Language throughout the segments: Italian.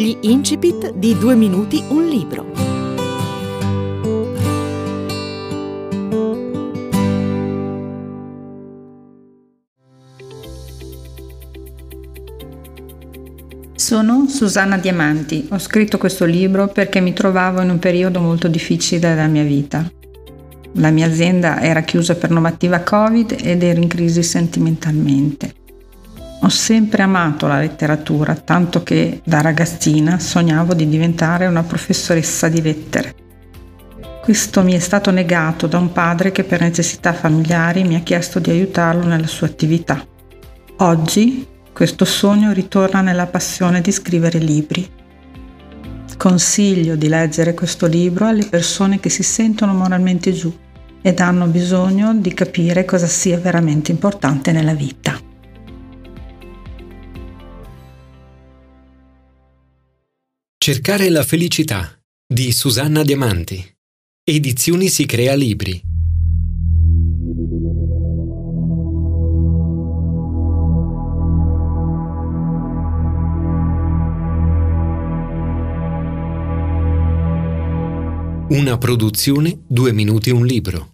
Gli incipit di 2 minuti un libro. Sono Susanna Diamanti. Ho scritto questo libro perché mi trovavo in un periodo molto difficile della mia vita. La mia azienda era chiusa per normativa Covid ed ero in crisi sentimentalmente. Ho sempre amato la letteratura, tanto che da ragazzina sognavo di diventare una professoressa di lettere. Questo mi è stato negato da un padre che per necessità familiari mi ha chiesto di aiutarlo nella sua attività. Oggi questo sogno ritorna nella passione di scrivere libri. Consiglio di leggere questo libro alle persone che si sentono moralmente giù ed hanno bisogno di capire cosa sia veramente importante nella vita. Cercare la felicità di Susanna Diamanti. Edizioni Si Crea Libri. Una produzione 2 minuti un libro.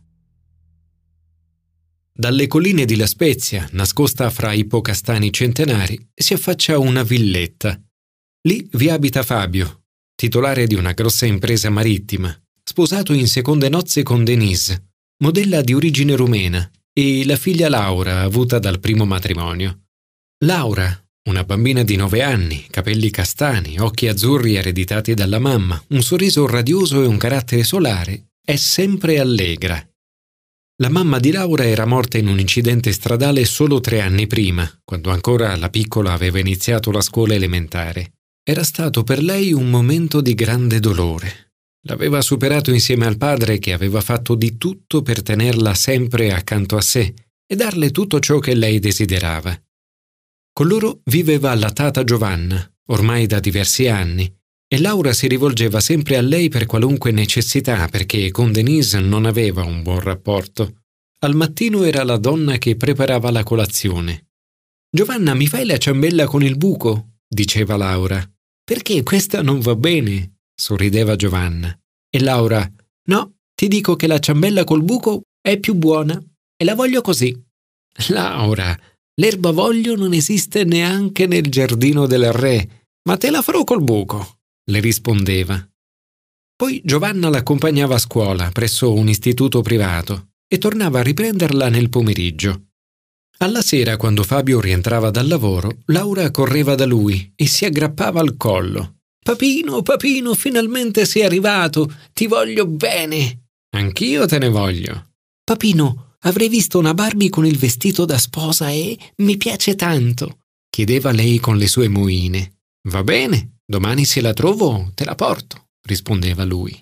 Dalle colline di La Spezia, nascosta fra i Pocastani centenari, si affaccia una villetta. Lì vi abita Fabio, titolare di una grossa impresa marittima, sposato in seconde nozze con Denise, modella di origine rumena, e la figlia Laura, avuta dal primo matrimonio. Laura, una bambina di 9 anni, capelli castani, occhi azzurri ereditati dalla mamma, un sorriso radioso e un carattere solare, è sempre allegra. La mamma di Laura era morta in un incidente stradale solo 3 anni prima, quando ancora la piccola aveva iniziato la scuola elementare. Era stato per lei un momento di grande dolore. L'aveva superato insieme al padre che aveva fatto di tutto per tenerla sempre accanto a sé e darle tutto ciò che lei desiderava. Con loro viveva la tata Giovanna, ormai da diversi anni, e Laura si rivolgeva sempre a lei per qualunque necessità perché con Denise non aveva un buon rapporto. Al mattino era la donna che preparava la colazione. «Giovanna, mi fai la ciambella con il buco?» diceva Laura. «Perché questa non va bene?» sorrideva Giovanna. E Laura: «No, ti dico che la ciambella col buco è più buona e la voglio così». «Laura, l'erbavoglio non esiste neanche nel giardino del re, ma te la farò col buco», le rispondeva. Poi Giovanna l'accompagnava a scuola presso un istituto privato e tornava a riprenderla nel pomeriggio. Alla sera, quando Fabio rientrava dal lavoro, Laura correva da lui e si aggrappava al collo. «Papino, papino, finalmente sei arrivato! Ti voglio bene!» «Anch'io te ne voglio!» «Papino, avrei visto una Barbie con il vestito da sposa e mi piace tanto!» chiedeva lei con le sue moine. «Va bene, domani se la trovo te la porto», rispondeva lui.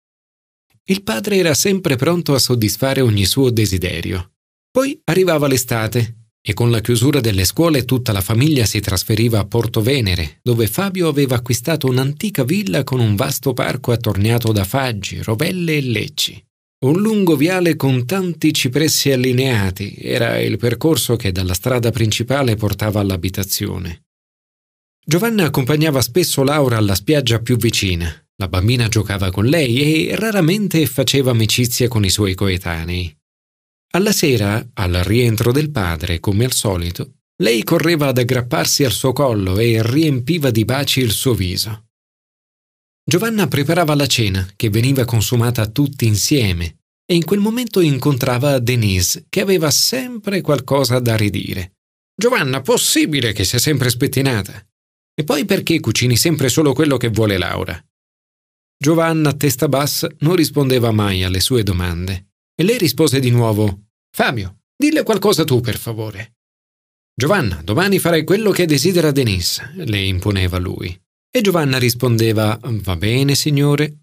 Il padre era sempre pronto a soddisfare ogni suo desiderio. Poi arrivava l'estate e con la chiusura delle scuole tutta la famiglia si trasferiva a Porto Venere, dove Fabio aveva acquistato un'antica villa con un vasto parco attorniato da faggi, rovelle e lecci. Un lungo viale con tanti cipressi allineati era il percorso che dalla strada principale portava all'abitazione. Giovanna accompagnava spesso Laura alla spiaggia più vicina. La bambina giocava con lei e raramente faceva amicizia con i suoi coetanei. Alla sera, al rientro del padre, come al solito, lei correva ad aggrapparsi al suo collo e riempiva di baci il suo viso. Giovanna preparava la cena, che veniva consumata tutti insieme, e in quel momento incontrava Denise, che aveva sempre qualcosa da ridire. «Giovanna, possibile che sia sempre spettinata? E poi perché cucini sempre solo quello che vuole Laura?» Giovanna, a testa bassa, non rispondeva mai alle sue domande. E lei rispose di nuovo: «Fabio, dille qualcosa tu, per favore». «Giovanna, domani farai quello che desidera Denise», le imponeva lui. E Giovanna rispondeva: «Va bene, signore».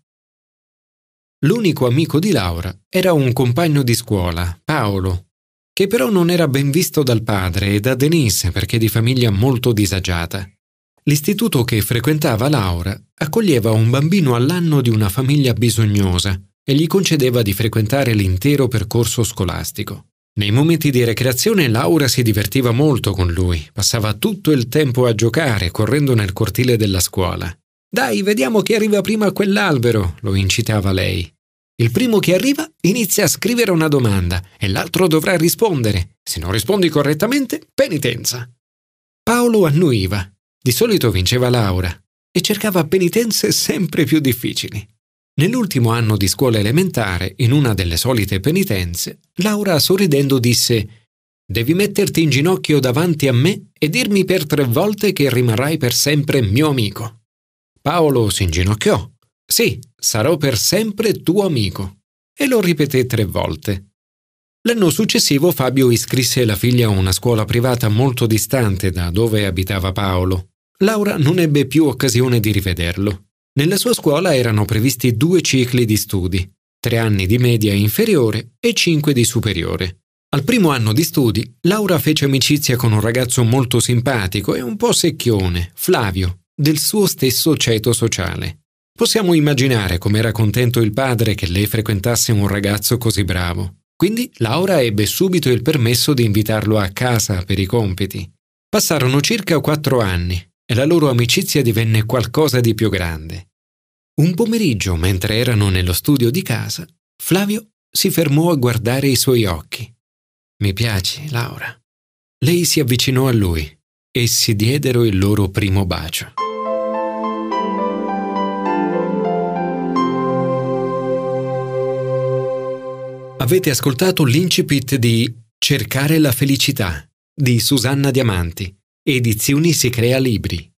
L'unico amico di Laura era un compagno di scuola, Paolo, che però non era ben visto dal padre e da Denise perché di famiglia molto disagiata. L'istituto che frequentava Laura accoglieva un bambino all'anno di una famiglia bisognosa e gli concedeva di frequentare l'intero percorso scolastico. Nei momenti di recreazione Laura si divertiva molto con lui, passava tutto il tempo a giocare correndo nel cortile della scuola. Dai, vediamo chi arriva prima a quell'albero, lo incitava lei. Il primo che arriva inizia a scrivere una domanda e l'altro dovrà rispondere. Se non rispondi correttamente, penitenza. Paolo annuiva. Di solito vinceva Laura e cercava penitenze sempre più difficili. Nell'ultimo anno di scuola elementare, in una delle solite penitenze, Laura sorridendo disse: «Devi metterti in ginocchio davanti a me e dirmi per 3 volte che rimarrai per sempre mio amico». Paolo si inginocchiò. «Sì, sarò per sempre tuo amico». E lo ripeté 3 volte. L'anno successivo Fabio iscrisse la figlia a una scuola privata molto distante da dove abitava Paolo. Laura non ebbe più occasione di rivederlo. Nella sua scuola erano previsti 2 cicli di studi, 3 anni di media inferiore e 5 di superiore. Al primo anno di studi, Laura fece amicizia con un ragazzo molto simpatico e un po' secchione, Flavio, del suo stesso ceto sociale. Possiamo immaginare com'era contento il padre che lei frequentasse un ragazzo così bravo. Quindi Laura ebbe subito il permesso di invitarlo a casa per i compiti. Passarono circa 4 anni e la loro amicizia divenne qualcosa di più grande. Un pomeriggio, mentre erano nello studio di casa, Flavio si fermò a guardare i suoi occhi. «Mi piaci, Laura». Lei si avvicinò a lui e si diedero il loro primo bacio. Avete ascoltato l'incipit di Cercare la felicità di Susanna Diamanti, Edizioni Si Crea Libri.